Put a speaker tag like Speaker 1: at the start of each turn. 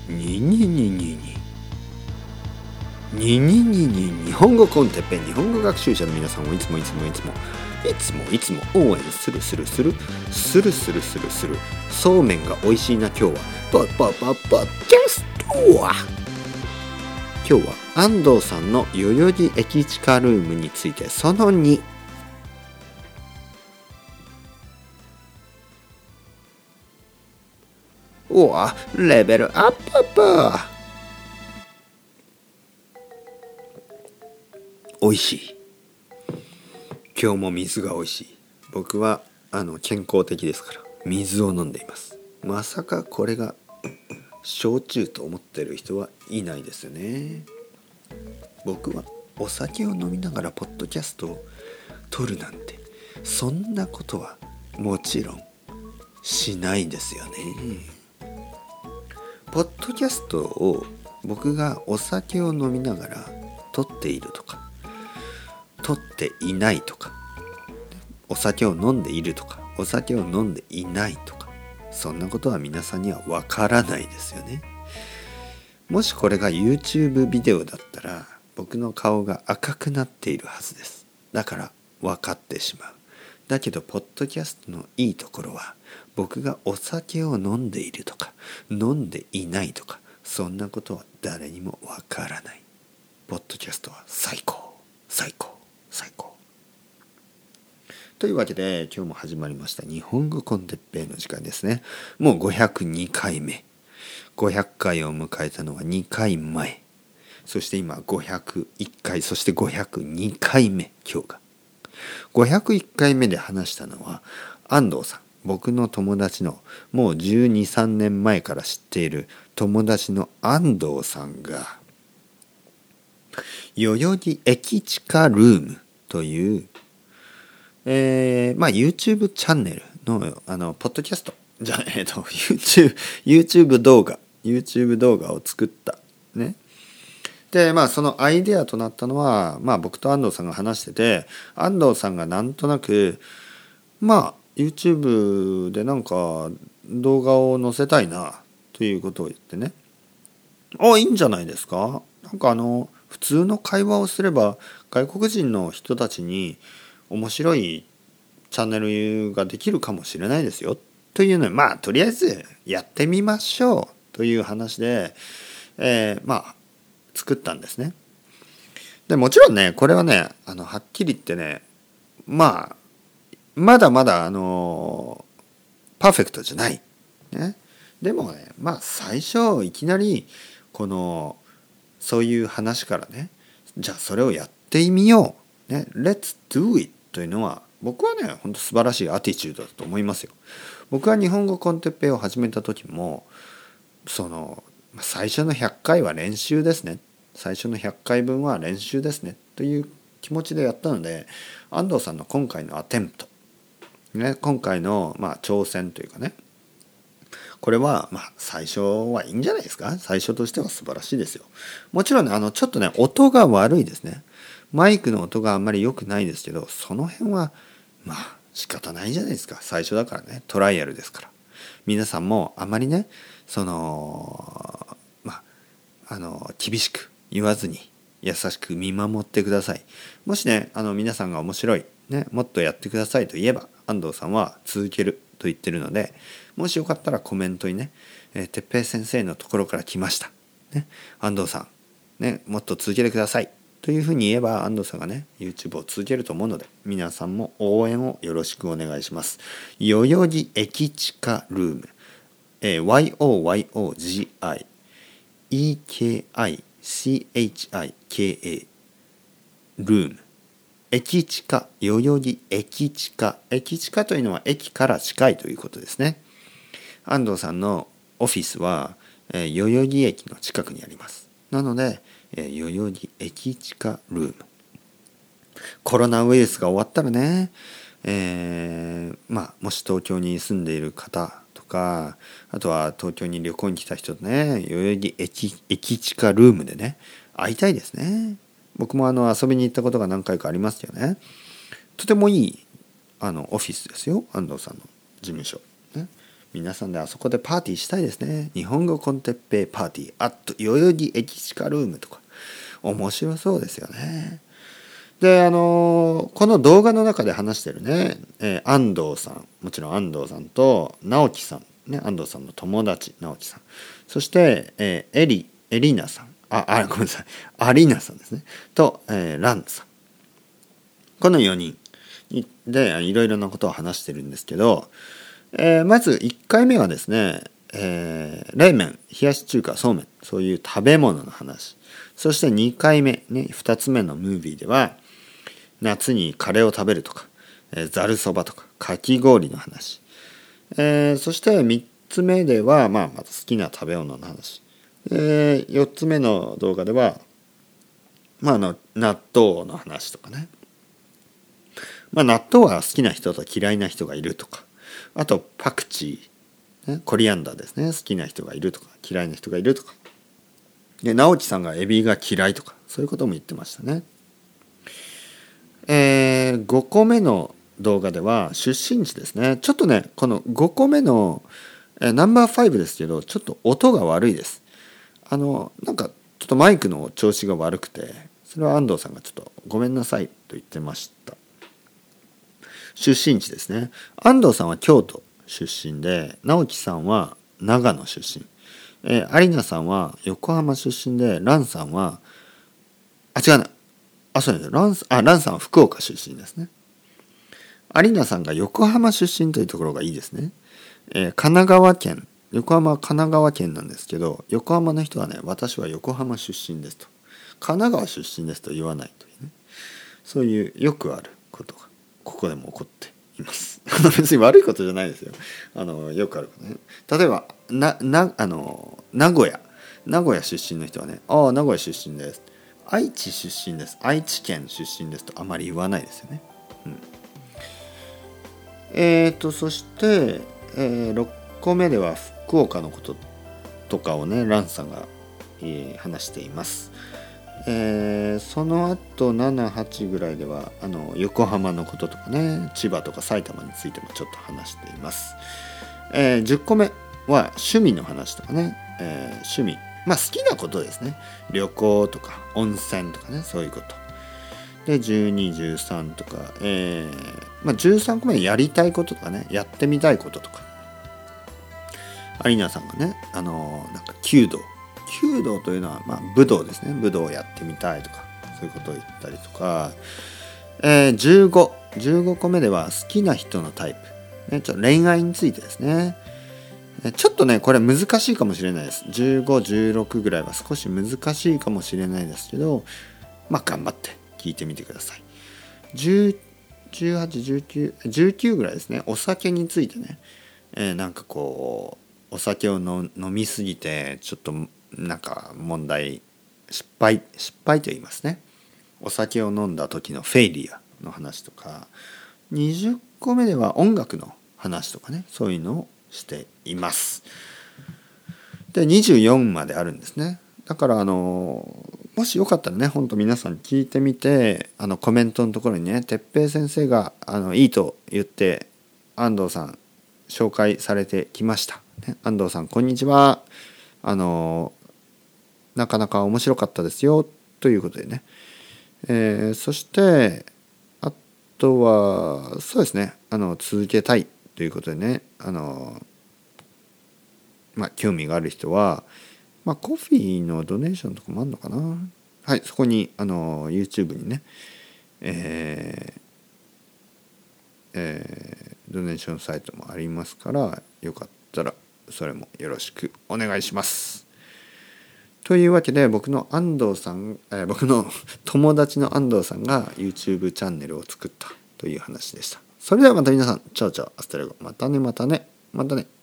Speaker 1: にににににににに日本語コンテッペン、日本語学習者の皆さんをいつも応援するそうめんが美味しいな。今日はポッキャストは今日は安藤さんの代々木駅地下ルームについてその2。おわ、レベルアップ美味しい。今日も水が美味しい。僕は健康的ですから水を飲んでいます。まさかこれが焼酎と思ってる人はいないですよね。僕はお酒を飲みながらポッドキャストを撮るなんて、そんなことはもちろんしないですよね。ポッドキャストを僕がお酒を飲みながら撮っているとか撮っていないとか、お酒を飲んでいるとかお酒を飲んでいないとか、そんなことは皆さんにはわからないですよね。もしこれが YouTube ビデオだったら僕の顔が赤くなっているはずです。だから分かってしまう。だけどポッドキャストのいいところは、僕がお酒を飲んでいるとか飲んでいないとか、そんなことは誰にもわからない。ポッドキャストは最高というわけで、今日も始まりました日本語コンテッペイの時間ですね。もう502回目。500回を迎えたのは2回前。そして今501回、そして502回目、今日が。501回目で話したのは安藤さん。僕の友達のもう12、3年前から知っている友達の安藤さんが、代々木駅地下ルームというYouTube チャンネルのポッドキャストじゃYouTube 動画を作ったね。でそのアイデアとなったのは僕と安藤さんが話してて、安藤さんがなんとなくYouTube でなんか動画を載せたいなということを言ってね、いいんじゃないですか。なんか普通の会話をすれば外国人の人たちに面白いチャンネルができるかもしれないですよというので、とりあえずやってみましょうという話で、作ったんですね。でもちろんね、これはねはっきり言ってね、まだまだパーフェクトじゃない、ね、でもね最初いきなりそういう話からね、じゃあそれをやってみよう、ね、Let's do it というのは僕はね本当素晴らしいアティチュードだと思いますよ。僕は日本語コンテッペイを始めた時も最初の100回は練習ですね、最初の100回分は練習ですねという気持ちでやったので、安藤さんの今回のアテンプト、ね、今回の挑戦というかね、これは最初はいいんじゃないですか。最初としては素晴らしいですよ。もちろんねちょっとね音が悪いですね。マイクの音があんまり良くないですけど、その辺は仕方ないじゃないですか。最初だからね、トライアルですから。皆さんもあまりね厳しく言わずに優しく見守ってください。もしね皆さんが面白い、ね、もっとやってくださいと言えば、安藤さんは続けると言ってるので、もしよかったらコメントにね、哲平先生のところから来ました、ね、安藤さん、ね、もっと続けてくださいというふうに言えば、安藤さんがね YouTube を続けると思うので、皆さんも応援をよろしくお願いします。代々木駅地下ルーム、YOYOGI EKICHIKA ルーム、駅地下、代々木駅地下、駅地下というのは駅から近いということですね。安藤さんのオフィスは代々木駅の近くにあります。なので代々木駅地下ルーム、コロナウイルスが終わったらね、もし東京に住んでいる方とか、あとは東京に旅行に来た人とね、代々木駅地下ルームでね会いたいですね。僕も遊びに行ったことが何回かありますよね。とてもいいオフィスですよ、安藤さんの事務所、ね。 皆さんであそこでパーティーしたいですね。日本語コンテッペイパーティー代々木駅地下ルームとか面白そうですよね。でこの動画の中で話してるね、安藤さん、もちろん安藤さんと直樹さんね、安藤さんの友達直樹さん、そして、エリナさん、ごめんなさい、アリーナさんですねと、ランさん、この4人でいろいろなことを話してるんですけど、まず1回目はですね、冷麺、冷やし中華、そうめん、そういう食べ物の話。そして2回目ね、2つ目のムービーでは夏にカレーを食べるとか、ざるそばとかかき氷の話、そして3つ目では、まず好きな食べ物の話、4つ目の動画では、納豆の話とかね、納豆は好きな人と嫌いな人がいるとか、あとパクチー、コリアンダーですね、好きな人がいるとか嫌いな人がいるとかで、直樹さんがエビが嫌いとか、そういうことも言ってましたね。5個目の動画では出身地ですね。ちょっとね、この5個目のナンバー5ですけど、ちょっと音が悪いです。なんかちょっとマイクの調子が悪くて、それは安藤さんがちょっとごめんなさいと言ってました。出身地ですね。安藤さんは京都出身で、直樹さんは長野出身、有奈さんは横浜出身で、蘭さんは違うな、そうです、蘭さんは福岡出身ですね。有奈さんが横浜出身というところがいいですね。神奈川県、横浜は神奈川県なんですけど、横浜の人はね、私は横浜出身ですと、神奈川出身ですと言わないというね、そういうよくあることがここでも起こっています。別に悪いことじゃないですよ。よくあることね。例えば名古屋出身の人はね、名古屋出身です、愛知出身です、愛知県出身ですとあまり言わないですよね。そして、6個目では福岡のこととかをね、ランさんが、話しています。その後7、8ぐらいでは横浜のこととかね、千葉とか埼玉についてもちょっと話しています。10個目は趣味の話とかね、趣味、好きなことですね。旅行とか温泉とかね、そういうこと。で12、13とか、13個目はやりたいこととかね、やってみたいこととか。有奈さんがね、なんか弓道というのは、武道ですね。武道をやってみたいとか、そういうことを言ったりとか、15個目では好きな人のタイプ、ちょっと恋愛についてですね。ちょっとね、これ難しいかもしれないです。15、16ぐらいは少し難しいかもしれないですけど、頑張って聞いてみてください。18、19ぐらいですね。お酒についてね、なんかこうお酒を飲みすぎてちょっとなんか問題、失敗と言いますね。お酒を飲んだ時のフェイリアの話とか、20個目では音楽の話とかね、そういうのをしています。で24まであるんですね。だからもしよかったらね、本当皆さん聞いてみて、コメントのところにね、哲平先生がいいと言って安藤さん紹介されてきました、ね、安藤さんこんにちは、なかなか面白かったですよということでね、そしてあとはそうですね、続けたいということでね、興味がある人は、コフィーのドネーションとかもあるのかな。はい、そこにYouTube にね、ドネーションサイトもありますから、よかったらそれもよろしくお願いします。というわけで、僕の友達の安藤さんが YouTube チャンネルを作ったという話でした。それではまた皆さん、チャオチャオ、アスタレゴ、またね。